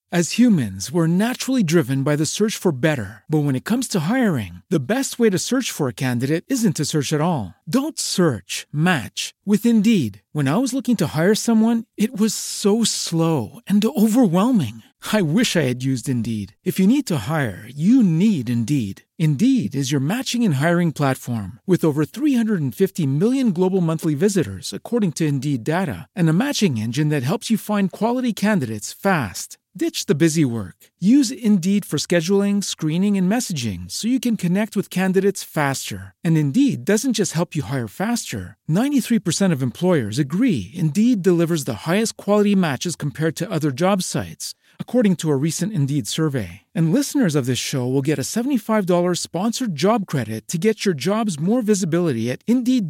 As humans, we're naturally driven by the search for better. But when it comes to hiring, the best way to search for a candidate isn't to search at all. Don't search, match with Indeed. When I was looking to hire someone, it was so slow and overwhelming. I wish I had used Indeed. If you need to hire, you need Indeed. Indeed is your matching and hiring platform with over 350 million global monthly visitors, according to Indeed data, and a matching engine that helps you find quality candidates fast. Ditch the busy work. Use Indeed for scheduling, screening, and messaging so you can connect with candidates faster. And Indeed doesn't just help you hire faster. 93% of employers agree Indeed delivers the highest quality matches compared to other job sites, according to a recent Indeed survey. And listeners of this show will get a $75 sponsored job credit to get your jobs more visibility at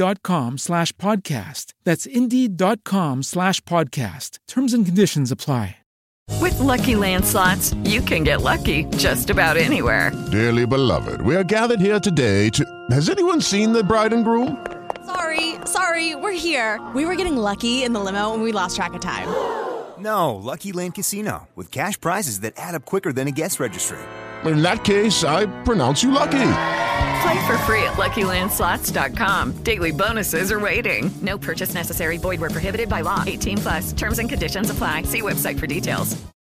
Indeed.com/podcast. That's Indeed.com/podcast. Terms and conditions apply. With Lucky Land Slots, you can get lucky just about anywhere. Dearly beloved, we are gathered here today to... Has anyone seen the bride and groom? Sorry, we're here. We were getting lucky in the limo and we lost track of time. No, Lucky Land Casino, with cash prizes that add up quicker than a guest registry. In that case, I pronounce you lucky. Play for free at LuckyLandSlots.com. Daily bonuses are waiting. No purchase necessary. Void where prohibited by law. 18+. Terms and conditions apply. See website for details.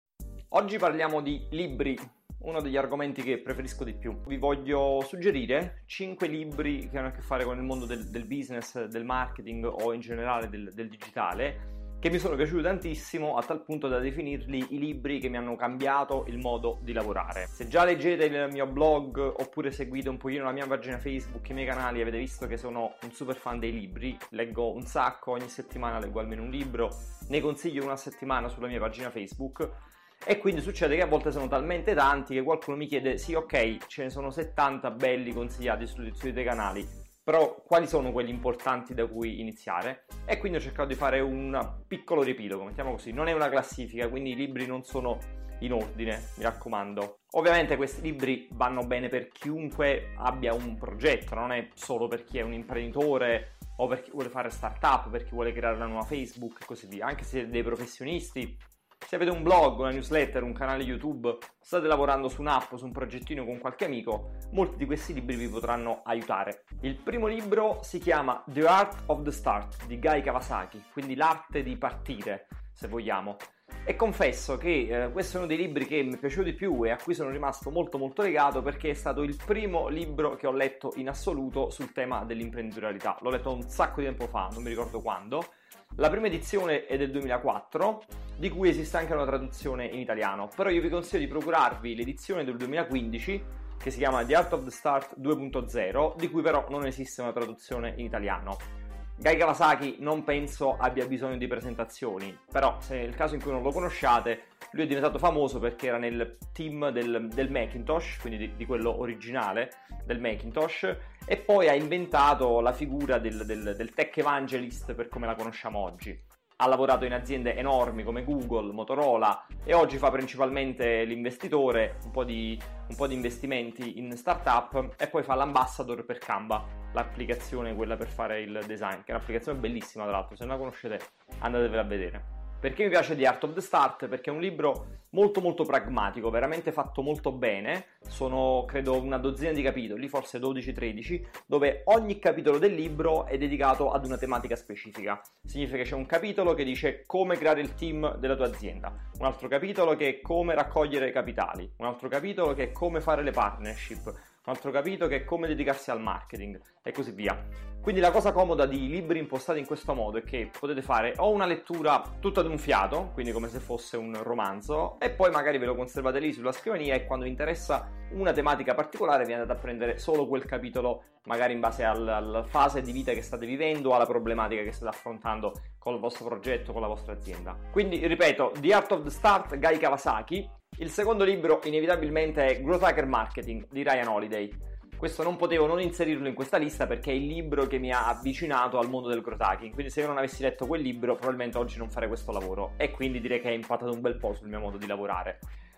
Oggi parliamo di libri, uno degli argomenti che preferisco di più. Vi voglio suggerire 5 libri che hanno a che fare con il mondo del business, del marketing o in generale del digitale, che mi sono piaciuti tantissimo a tal punto da definirli i libri che mi hanno cambiato il modo di lavorare. Se già leggete il mio blog oppure seguite un pochino la mia pagina Facebook, i miei canali, avete visto che sono un super fan dei libri, leggo un sacco, ogni settimana leggo almeno un libro, ne consiglio una a settimana sulla mia pagina Facebook e quindi succede che a volte sono talmente tanti che qualcuno mi chiede sì ok, ce ne sono 70 belli consigliati sui dei canali, però quali sono quelli importanti da cui iniziare? E quindi ho cercato di fare un piccolo riepilogo, mettiamo così. Non è una classifica, quindi i libri non sono in ordine, mi raccomando. Ovviamente questi libri vanno bene per chiunque abbia un progetto, non è solo per chi è un imprenditore o per chi vuole fare startup, per chi vuole creare una nuova Facebook e così via. Anche se siete dei professionisti, se avete un blog, una newsletter, un canale YouTube, state lavorando su un'app, su un progettino con qualche amico, molti di questi libri vi potranno aiutare. Il primo libro si chiama The Art of the Start di Guy Kawasaki, quindi l'arte di partire, se vogliamo. E confesso che questo è uno dei libri che mi è piaciuto di più e a cui sono rimasto molto legato perché è stato il primo libro che ho letto in assoluto sul tema dell'imprenditorialità. L'ho letto un sacco di tempo fa, non mi ricordo quando. La prima edizione è del 2004, di cui esiste anche una traduzione in italiano, però io vi consiglio di procurarvi l'edizione del 2015 che si chiama The Art of the Start 2.0, di cui però non esiste una traduzione in italiano. Guy Kawasaki non penso abbia bisogno di presentazioni, però se nel caso in cui non lo conosciate, lui è diventato famoso perché era nel team del Macintosh, quindi di quello originale del Macintosh, e poi ha inventato la figura del tech evangelist per come la conosciamo oggi. Ha lavorato in aziende enormi come Google, Motorola e oggi fa principalmente l'investitore, un po' di investimenti in startup e poi fa l'ambassador per Canva, l'applicazione quella per fare il design, che è un'applicazione bellissima tra l'altro, se non la conoscete andatevela a vedere. Perché mi piace The Art of the Start? Perché è un libro molto pragmatico, veramente fatto molto bene, sono credo una dozzina di capitoli, forse 12-13, dove ogni capitolo del libro è dedicato ad una tematica specifica. Significa che c'è un capitolo che dice come creare il team della tua azienda, un altro capitolo che è come raccogliere capitali, un altro capitolo che è come fare le partnership, un altro capitolo che è come dedicarsi al marketing e così via. Quindi la cosa comoda di libri impostati in questo modo è che potete fare o una lettura tutta d'un fiato, quindi come se fosse un romanzo, e poi magari ve lo conservate lì sulla scrivania e quando vi interessa una tematica particolare vi andate a prendere solo quel capitolo, magari in base alla fase di vita che state vivendo o alla problematica che state affrontando col vostro progetto, con la vostra azienda. Quindi ripeto, The Art of the Start, Guy Kawasaki. Il secondo libro inevitabilmente è Growth Hacker Marketing di Ryan Holiday. Questo non potevo non inserirlo in questa lista perché è il libro che mi ha avvicinato al mondo del growth hacking, quindi se io non avessi letto quel libro probabilmente oggi non farei questo lavoro e quindi direi che ha impattato un bel po' sul mio modo di lavorare.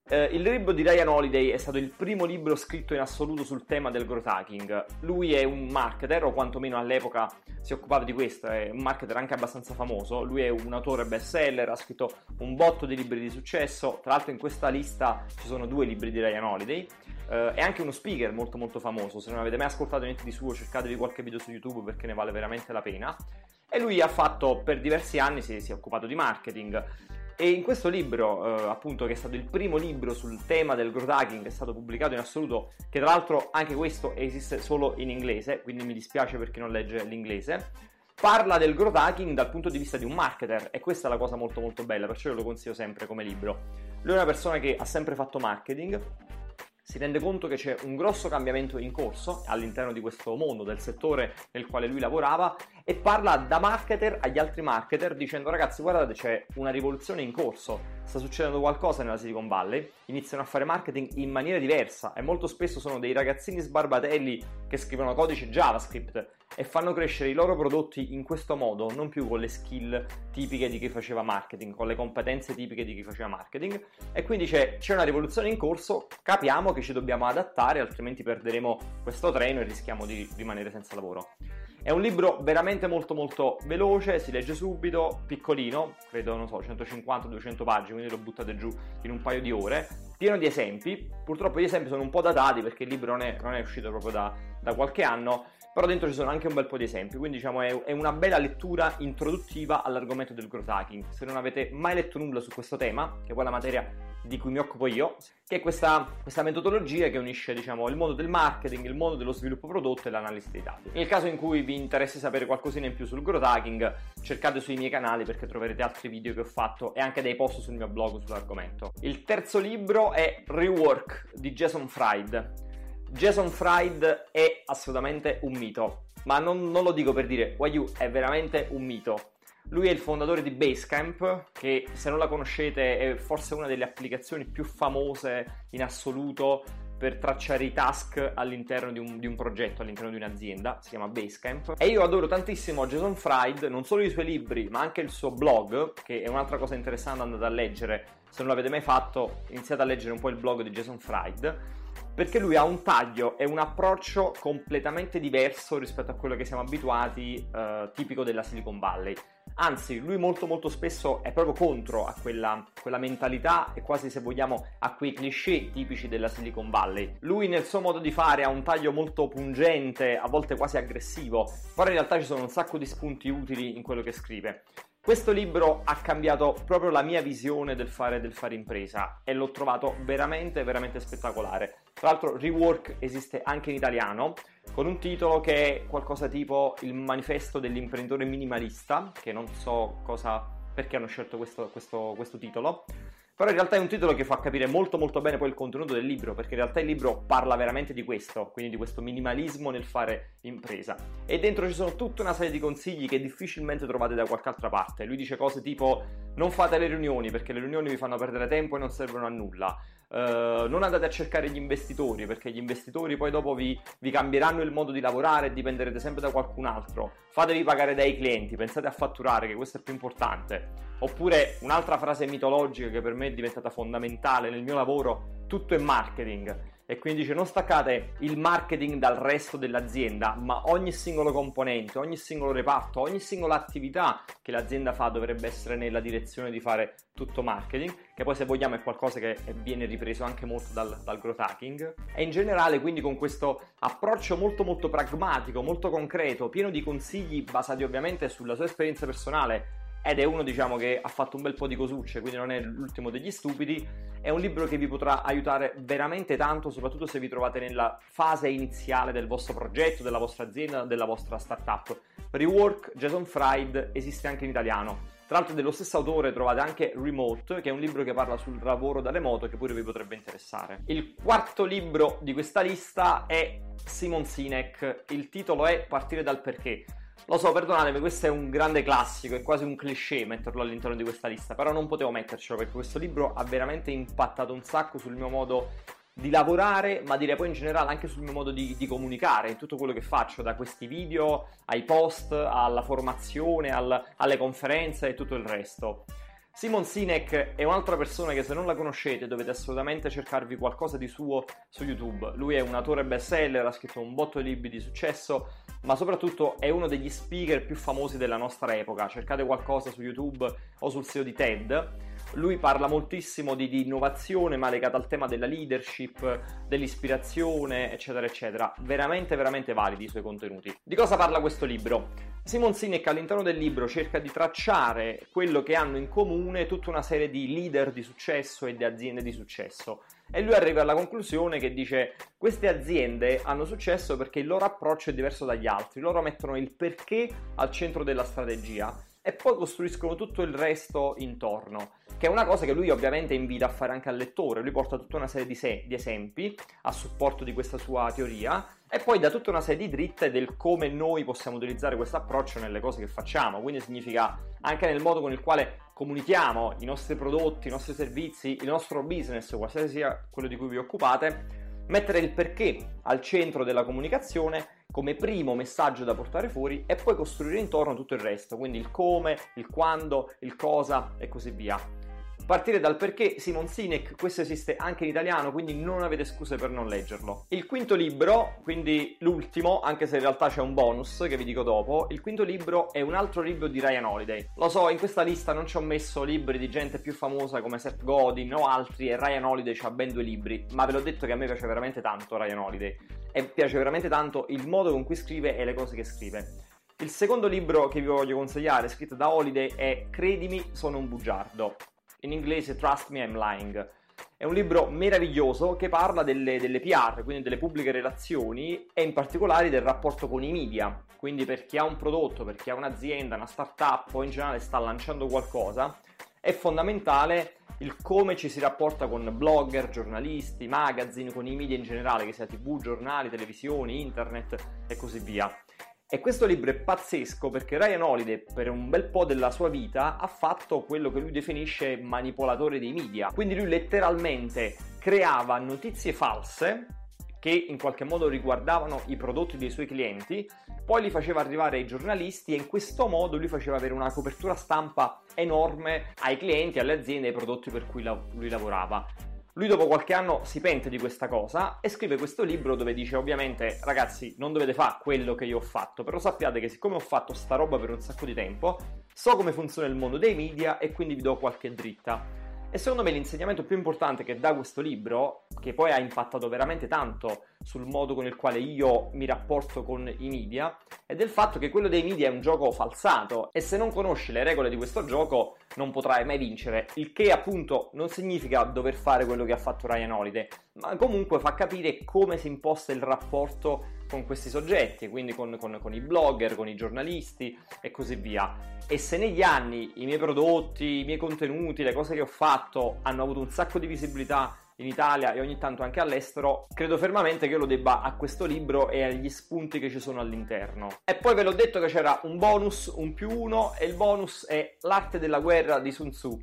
Il libro di Ryan Holiday è stato il primo libro scritto in assoluto sul tema del growth hacking. Lui è un marketer, o quantomeno all'epoca si occupava di questo, è un marketer anche abbastanza famoso. Lui è un autore bestseller, ha scritto un botto di libri di successo. Tra l'altro in questa lista ci sono 2 libri di Ryan Holiday. È anche uno speaker molto molto famoso. Se non avete mai ascoltato niente di suo, cercatevi qualche video su YouTube perché ne vale veramente la pena. E lui ha fatto per diversi anni, si è occupato di marketing. E in questo libro, appunto, che è stato il primo libro sul tema del growth hacking, è stato pubblicato in assoluto, che tra l'altro anche questo esiste solo in inglese, quindi mi dispiace per chi non legge l'inglese, parla del growth hacking dal punto di vista di un marketer, e questa è la cosa molto molto bella, perciò io lo consiglio sempre come libro. Lui è una persona che ha sempre fatto marketing, si rende conto che c'è un grosso cambiamento in corso all'interno di questo mondo, del settore nel quale lui lavorava, e parla da marketer agli altri marketer dicendo: ragazzi, guardate, c'è una rivoluzione in corso, sta succedendo qualcosa nella Silicon Valley, iniziano a fare marketing in maniera diversa, e molto spesso sono dei ragazzini sbarbatelli che scrivono codice JavaScript e fanno crescere i loro prodotti in questo modo, non più con le skill tipiche di chi faceva marketing, con le competenze tipiche di chi faceva marketing. E quindi c'è una rivoluzione in corso, capiamo che ci dobbiamo adattare, altrimenti perderemo questo treno e rischiamo di rimanere senza lavoro. È un libro veramente molto molto veloce, si legge subito, piccolino, credo, non so, 150-200 pagine, quindi lo buttate giù in un paio di ore, pieno di esempi. Purtroppo gli esempi sono un po' datati perché il libro non è uscito proprio da qualche anno, però dentro ci sono anche un bel po' di esempi, quindi diciamo è una bella lettura introduttiva all'argomento del growth hacking. Se non avete mai letto nulla su questo tema, che è poi la materia di cui mi occupo io, che è questa metodologia che unisce, diciamo, il mondo del marketing, il mondo dello sviluppo prodotto e l'analisi dei dati. Nel caso in cui vi interessi sapere qualcosina in più sul growth hacking, cercate sui miei canali perché troverete altri video che ho fatto e anche dei post sul mio blog sull'argomento. Il terzo libro è Rework di Jason Fried. Jason Fried è assolutamente un mito, ma non lo dico per dire Waiu, è veramente un mito. Lui è il fondatore di Basecamp, che se non la conoscete è forse una delle applicazioni più famose in assoluto per tracciare i task all'interno di un progetto, all'interno di un'azienda. Si chiama Basecamp. E io adoro tantissimo Jason Fried, non solo i suoi libri, ma anche il suo blog, che è un'altra cosa interessante, andate a leggere. Se non l'avete mai fatto, iniziate a leggere un po' il blog di Jason Fried, perché lui ha un taglio e un approccio completamente diverso rispetto a quello che siamo abituati, tipico della Silicon Valley. Anzi, lui molto molto spesso è proprio contro a quella mentalità e quasi, se vogliamo, a quei cliché tipici della Silicon Valley. Lui nel suo modo di fare ha un taglio molto pungente, a volte quasi aggressivo, però in realtà ci sono un sacco di spunti utili in quello che scrive. Questo libro ha cambiato proprio la mia visione del fare impresa e l'ho trovato veramente veramente spettacolare. Tra l'altro Rework esiste anche in italiano, con un titolo che è qualcosa tipo Il manifesto dell'imprenditore minimalista, che non so perché hanno scelto questo titolo, però in realtà è un titolo che fa capire molto molto bene poi il contenuto del libro, perché in realtà il libro parla veramente di questo, quindi di questo minimalismo nel fare impresa, e dentro ci sono tutta una serie di consigli che difficilmente trovate da qualche altra parte. Lui dice cose tipo: non fate le riunioni perché le riunioni vi fanno perdere tempo e non servono a nulla. Non andate a cercare gli investitori perché gli investitori poi dopo vi cambieranno il modo di lavorare e dipenderete sempre da qualcun altro. Fatevi pagare dai clienti, pensate a fatturare, che questo è più importante. Oppure un'altra frase mitologica che per me è diventata fondamentale nel mio lavoro: tutto è marketing. E quindi dice: non staccate il marketing dal resto dell'azienda, ma ogni singolo componente, ogni singolo reparto, ogni singola attività che l'azienda fa dovrebbe essere nella direzione di fare tutto marketing, che poi, se vogliamo, è qualcosa che viene ripreso anche molto dal growth hacking. E in generale, quindi, con questo approccio molto molto pragmatico, molto concreto, pieno di consigli basati ovviamente sulla sua esperienza personale, ed è uno, diciamo, che ha fatto un bel po' di cosucce, quindi non è l'ultimo degli stupidi. È un libro che vi potrà aiutare veramente tanto, soprattutto se vi trovate nella fase iniziale del vostro progetto, della vostra azienda, della vostra startup. Rework, Jason Fried, esiste anche in italiano. Tra l'altro dello stesso autore trovate anche Remote, che è un libro che parla sul lavoro da remoto, che pure vi potrebbe interessare. Il quarto libro di questa lista è Simon Sinek. Il titolo è Partire dal perché. Lo so, perdonatemi, questo è un grande classico, è quasi un cliché metterlo all'interno di questa lista, però non potevo mettercelo perché questo libro ha veramente impattato un sacco sul mio modo di lavorare, ma direi poi in generale anche sul mio modo di comunicare, in tutto quello che faccio, da questi video ai post, alla formazione, alle conferenze e tutto il resto. Simon Sinek è un'altra persona che, se non la conoscete, dovete assolutamente cercarvi qualcosa di suo su YouTube. Lui è un autore bestseller, ha scritto un botto di libri di successo, ma soprattutto è uno degli speaker più famosi della nostra epoca. Cercate qualcosa su YouTube o sul sito di TED. Lui parla moltissimo di innovazione, ma legata al tema della leadership, dell'ispirazione, eccetera, eccetera. Veramente, veramente validi i suoi contenuti. Di cosa parla questo libro? Simon Sinek all'interno del libro cerca di tracciare quello che hanno in comune tutta una serie di leader di successo e di aziende di successo. E lui arriva alla conclusione che dice: queste aziende hanno successo perché il loro approccio è diverso dagli altri. Loro mettono il perché al centro della strategia e poi costruiscono tutto il resto intorno, che è una cosa che lui ovviamente invita a fare anche al lettore. Lui porta tutta una serie di esempi a supporto di questa sua teoria e poi dà tutta una serie di dritte del come noi possiamo utilizzare questo approccio nelle cose che facciamo. Quindi significa anche nel modo con il quale comunichiamo i nostri prodotti, i nostri servizi, il nostro business, qualsiasi sia quello di cui vi occupate, mettere il perché al centro della comunicazione come primo messaggio da portare fuori e poi costruire intorno tutto il resto, quindi il come, il quando, il cosa e così via. Partire dal perché. Simon Sinek, questo esiste anche in italiano, quindi non avete scuse per non leggerlo. Il quinto libro, quindi l'ultimo, anche se in realtà c'è un bonus che vi dico dopo, il quinto libro è un altro libro di Ryan Holiday. Lo so, in questa lista non ci ho messo libri di gente più famosa come Seth Godin o altri, e Ryan Holiday ha ben 2 libri, ma ve l'ho detto che a me piace veramente tanto Ryan Holiday e piace veramente tanto il modo con cui scrive e le cose che scrive. Il secondo libro che vi voglio consigliare, scritto da Holiday, è Credimi, sono un bugiardo. In inglese Trust Me, I'm Lying. È un libro meraviglioso che parla delle PR, quindi delle pubbliche relazioni, e in particolare del rapporto con i media. Quindi per chi ha un prodotto, per chi ha un'azienda, una startup o in generale sta lanciando qualcosa, è fondamentale il come ci si rapporta con blogger, giornalisti, magazine, con i media in generale, che sia TV, giornali, televisioni, internet e così via. E questo libro è pazzesco perché Ryan Holiday per un bel po' della sua vita ha fatto quello che lui definisce manipolatore dei media. Quindi lui letteralmente creava notizie false che in qualche modo riguardavano i prodotti dei suoi clienti, poi li faceva arrivare ai giornalisti e in questo modo lui faceva avere una copertura stampa enorme ai clienti, alle aziende, ai prodotti per cui lui lavorava. Lui dopo qualche anno si pente di questa cosa e scrive questo libro dove dice: ovviamente ragazzi, non dovete fare quello che io ho fatto, però sappiate che siccome ho fatto sta roba per un sacco di tempo, so come funziona il mondo dei media e quindi vi do qualche dritta. E secondo me l'insegnamento più importante che dà questo libro, che poi ha impattato veramente tanto sul modo con il quale io mi rapporto con i media, è del fatto che quello dei media è un gioco falsato e se non conosci le regole di questo gioco non potrai mai vincere, il che appunto non significa dover fare quello che ha fatto Ryan Holiday, ma comunque fa capire come si imposta il rapporto con questi soggetti, quindi con i blogger, con i giornalisti e così via. E se negli anni i miei prodotti, i miei contenuti, le cose che ho fatto hanno avuto un sacco di visibilità in Italia e ogni tanto anche all'estero, credo fermamente che io lo debba a questo libro e agli spunti che ci sono all'interno. E poi ve l'ho detto che c'era un bonus, un +1, e il bonus è L'arte della guerra di Sun Tzu.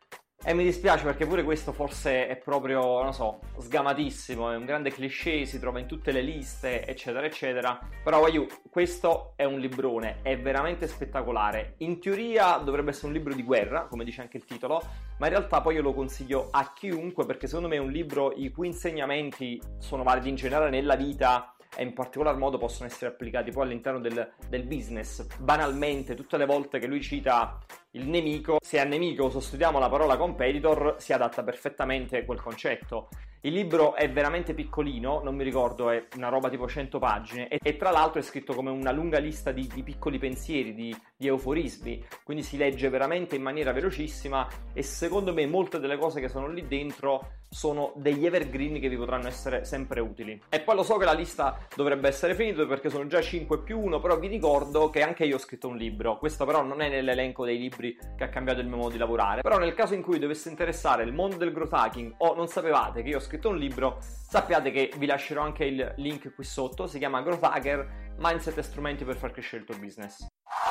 E mi dispiace perché pure questo forse è proprio, non so, sgamatissimo, è un grande cliché, si trova in tutte le liste, eccetera, eccetera. Però questo è un librone, è veramente spettacolare. In teoria dovrebbe essere un libro di guerra, come dice anche il titolo, ma in realtà poi io lo consiglio a chiunque perché secondo me è un libro i cui insegnamenti sono validi in generale nella vita e in particolar modo possono essere applicati poi all'interno del business. Banalmente, tutte le volte che lui cita il nemico, se a nemico sostituiamo la parola competitor, si adatta perfettamente quel concetto. Il libro è veramente piccolino, non mi ricordo, è una roba tipo 100 pagine e tra l'altro è scritto come una lunga lista di piccoli pensieri, di euforismi, quindi si legge veramente in maniera velocissima e secondo me molte delle cose che sono lì dentro sono degli evergreen che vi potranno essere sempre utili. E poi lo so che la lista dovrebbe essere finita perché sono già 5+1, però vi ricordo che anche io ho scritto un libro, questo però non è nell'elenco dei libri che ha cambiato il mio modo di lavorare, però nel caso in cui dovesse interessare il mondo del growth hacking o non sapevate che io ho scritto un libro, sappiate che vi lascerò anche il link qui sotto, si chiama Growth Hacker, Mindset e strumenti per far crescere il tuo business.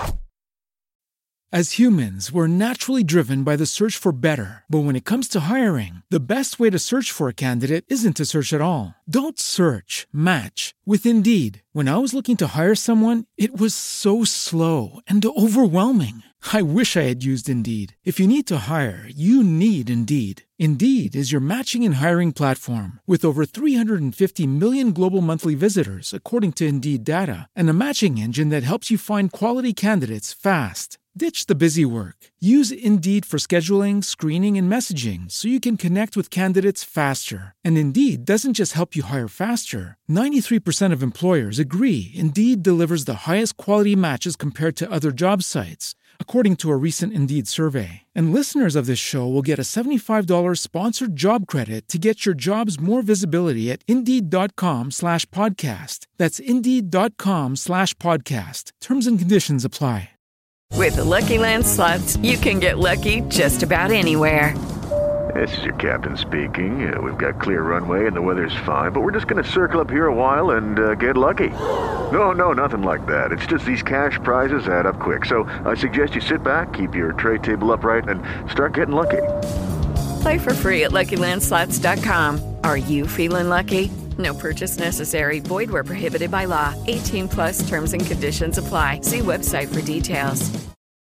As humans, we're naturally driven by the search for better. But when it comes to hiring, the best way to search for a candidate isn't to search at all. Don't search, match with Indeed. When I was looking to hire someone, it was so slow and overwhelming. I wish I had used Indeed. If you need to hire, you need Indeed. Indeed is your matching and hiring platform with over 350 million global monthly visitors, according to Indeed data, and a matching engine that helps you find quality candidates fast. Ditch the busy work. Use Indeed for scheduling, screening, and messaging so you can connect with candidates faster. And Indeed doesn't just help you hire faster. 93% of employers agree Indeed delivers the highest quality matches compared to other job sites, according to a recent Indeed survey. And listeners of this show will get a $75 sponsored job credit to get your jobs more visibility at Indeed.com/podcast. That's Indeed.com/podcast. Terms and conditions apply. With the Lucky Land Slots, you can get lucky just about anywhere. This is your captain speaking. We've got clear runway and the weather's fine, but we're just going to circle up here a while and get lucky. No, nothing like that. It's just these cash prizes add up quick. So I suggest you sit back, keep your tray table upright, and start getting lucky. Play for free at LuckyLandSlots.com. Are you feeling lucky? No purchase necessary. Void where prohibited by law. 18+ terms and conditions apply. See website for details.